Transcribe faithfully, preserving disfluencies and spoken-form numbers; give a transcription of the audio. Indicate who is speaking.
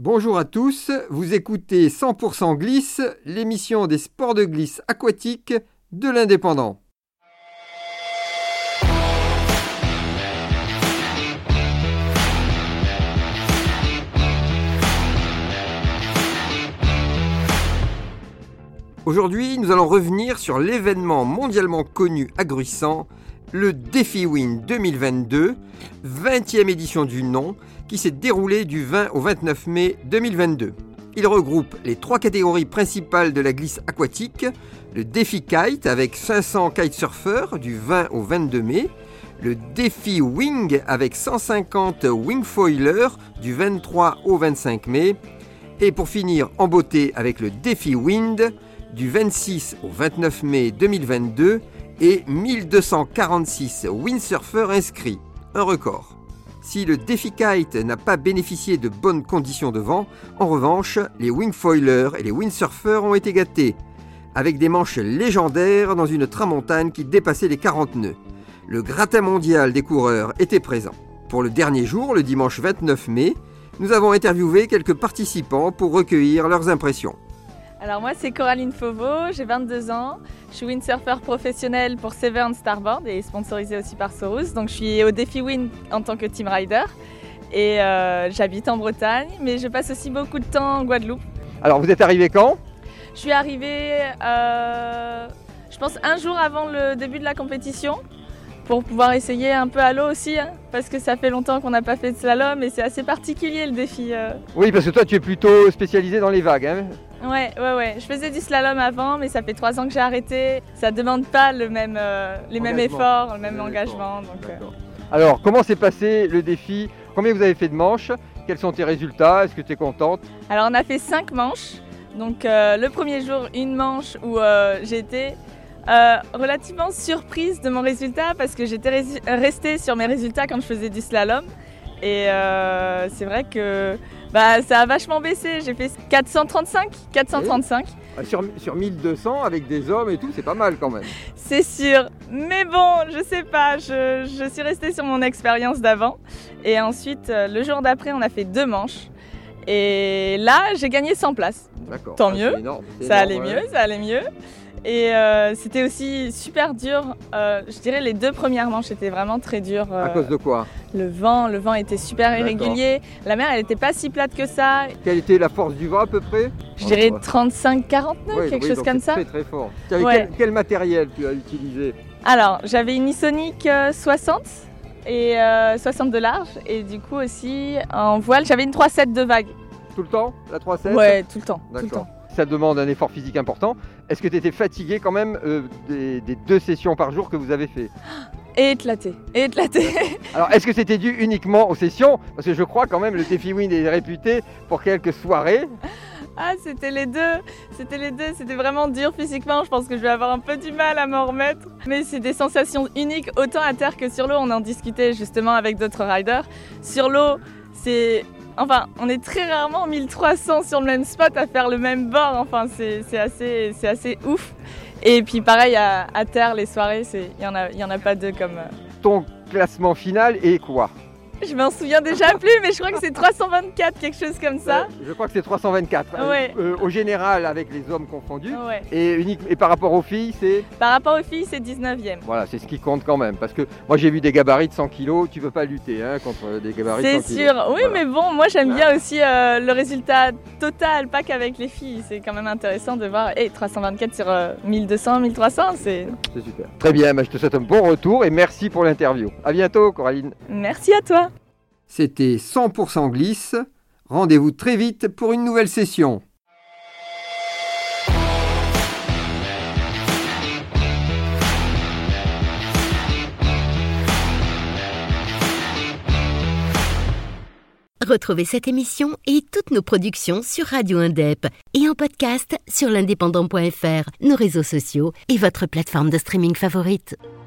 Speaker 1: Bonjour à tous, vous écoutez cent pour cent Glisse, l'émission des sports de glisse aquatique de l'Indépendant. Aujourd'hui, nous allons revenir sur l'événement mondialement connu à Gruissan, le Défi Wind deux mille vingt-deux, vingtième édition du nom, qui s'est déroulé du vingt au vingt-neuf mai deux mille vingt-deux. Il regroupe les trois catégories principales de la glisse aquatique, le Défi Kite avec cinq cents kitesurfers du vingt au vingt-deux mai, le Défi Wing avec cent cinquante wingfoilers du vingt-trois au vingt-cinq mai, et pour finir en beauté avec le Défi Wind du vingt-six au vingt-neuf mai deux mille vingt-deux et mille deux cent quarante-six windsurfers inscrits, un record. Si le Défi Kite n'a pas bénéficié de bonnes conditions de vent, en revanche, les wingfoilers et les windsurfers ont été gâtés, avec des manches légendaires dans une tramontane qui dépassait les quarante nœuds. Le gratin mondial des coureurs était présent. Pour le dernier jour, le dimanche vingt-neuf mai, nous avons interviewé quelques participants pour recueillir leurs impressions.
Speaker 2: Alors moi c'est Coraline Fauveau, j'ai vingt-deux ans, je suis windsurfer professionnel pour Severn Starboard et sponsorisée aussi par Sorus. Donc je suis au Défi Wind en tant que team rider et euh, j'habite en Bretagne, mais je passe aussi beaucoup de temps en Guadeloupe.
Speaker 1: Alors vous êtes arrivé quand ?
Speaker 2: Je suis arrivée, euh, je pense un jour avant le début de la compétition pour pouvoir essayer un peu à l'eau aussi, hein, parce que ça fait longtemps qu'on n'a pas fait de slalom et c'est assez particulier le défi. Euh.
Speaker 1: Oui, parce que toi tu es plutôt spécialisé dans les vagues, hein ?
Speaker 2: Ouais, ouais, ouais. Je faisais du slalom avant, mais ça fait trois ans que j'ai arrêté. Ça ne demande pas le même, euh, les engagement. mêmes efforts, le même, même engagement. Donc, euh...
Speaker 1: Alors, comment s'est passé le défi ? Combien vous avez fait de manches ? Quels sont tes résultats ? Est-ce que tu es contente ?
Speaker 2: Alors, on a fait cinq manches. Donc, euh, le premier jour, une manche où euh, j'étais euh, relativement surprise de mon résultat parce que j'étais ré- restée sur mes résultats quand je faisais du slalom. Et euh, c'est vrai que bah, ça a vachement baissé. J'ai fait quatre cent trente-cinq. quatre cent trente-cinq.
Speaker 1: Et sur, sur mille deux cents avec des hommes et tout, c'est pas mal quand même.
Speaker 2: C'est sûr. Mais bon, je sais pas. Je, je suis restée sur mon expérience d'avant. Et ensuite, le jour d'après, on a fait deux manches. Et là, j'ai gagné cent places.
Speaker 1: D'accord.
Speaker 2: Tant
Speaker 1: ah,
Speaker 2: mieux.
Speaker 1: C'est énorme, c'est
Speaker 2: ça
Speaker 1: énorme,
Speaker 2: allait
Speaker 1: ouais.
Speaker 2: mieux, ça allait mieux. Et euh, c'était aussi super dur. Euh, je dirais les deux premières manches étaient vraiment très dures. Euh,
Speaker 1: à cause de quoi ?
Speaker 2: Le vent, le vent était super irrégulier. D'accord. La mer, elle n'était pas si plate que ça.
Speaker 1: Quelle était la force du vent à peu près ?
Speaker 2: Je dirais trente-cinq quarante-neuf, oui, quelque
Speaker 1: oui,
Speaker 2: chose
Speaker 1: donc
Speaker 2: comme
Speaker 1: c'est
Speaker 2: ça.
Speaker 1: Très très fort. Tu avais
Speaker 2: ouais.
Speaker 1: quel, quel matériel tu as utilisé ?
Speaker 2: Alors, j'avais une Isonic soixante et euh, soixante de large. Et du coup aussi, en voile, j'avais une trois sept de vague.
Speaker 1: Tout le temps, la trois sept ?
Speaker 2: Ouais, tout le temps.
Speaker 1: D'accord.
Speaker 2: Tout le temps.
Speaker 1: Ça demande un effort physique important. Est-ce que tu étais fatigué quand même euh, des, des deux sessions par jour que vous avez fait ?
Speaker 2: Et éclaté, et éclaté.
Speaker 1: Alors, est-ce que c'était dû uniquement aux sessions ? Parce que je crois quand même le Défi Wind est réputé pour quelques soirées.
Speaker 2: Ah, c'était les deux, c'était les deux, c'était vraiment dur physiquement, je pense que je vais avoir un peu du mal à m'en remettre. Mais c'est des sensations uniques, autant à terre que sur l'eau, on en discutait justement avec d'autres riders. Sur l'eau, c'est... Enfin, on est très rarement mille trois cents sur le même spot à faire le même bord, enfin c'est, c'est, assez, c'est assez ouf. Et puis pareil, à, à terre, les soirées, il n'y en a, y en a pas deux comme...
Speaker 1: Ton classement final est quoi ?
Speaker 2: Je m'en souviens déjà plus, mais je crois que c'est trois cent vingt-quatre, quelque chose comme ça.
Speaker 1: Euh, je crois que c'est trois cent vingt-quatre.
Speaker 2: Ouais.
Speaker 1: Euh, au général, avec les hommes confondus.
Speaker 2: Ouais.
Speaker 1: Et, unique, et par rapport aux filles, c'est...
Speaker 2: Par rapport aux filles, c'est dix-neuvième.
Speaker 1: Voilà, c'est ce qui compte quand même. Parce que moi, j'ai vu des gabarits de cent kilos. Tu ne peux pas lutter hein, contre des gabarits
Speaker 2: c'est
Speaker 1: de cent kilos.
Speaker 2: C'est sûr. Oui,
Speaker 1: voilà.
Speaker 2: Mais bon, moi, j'aime bien aussi euh, le résultat total, pas qu'avec les filles. C'est quand même intéressant de voir hey, trois cent vingt-quatre sur euh, mille deux cents, mille trois cents. C'est...
Speaker 1: c'est super. Très bien, bah, je te souhaite un bon retour et merci pour l'interview. À bientôt, Coraline.
Speaker 2: Merci à toi.
Speaker 1: C'était cent pour cent Glisse. Rendez-vous très vite pour une nouvelle session.
Speaker 3: Retrouvez cette émission et toutes nos productions sur Radio Indep et en podcast sur l'indépendant point f r, nos réseaux sociaux et votre plateforme de streaming favorite.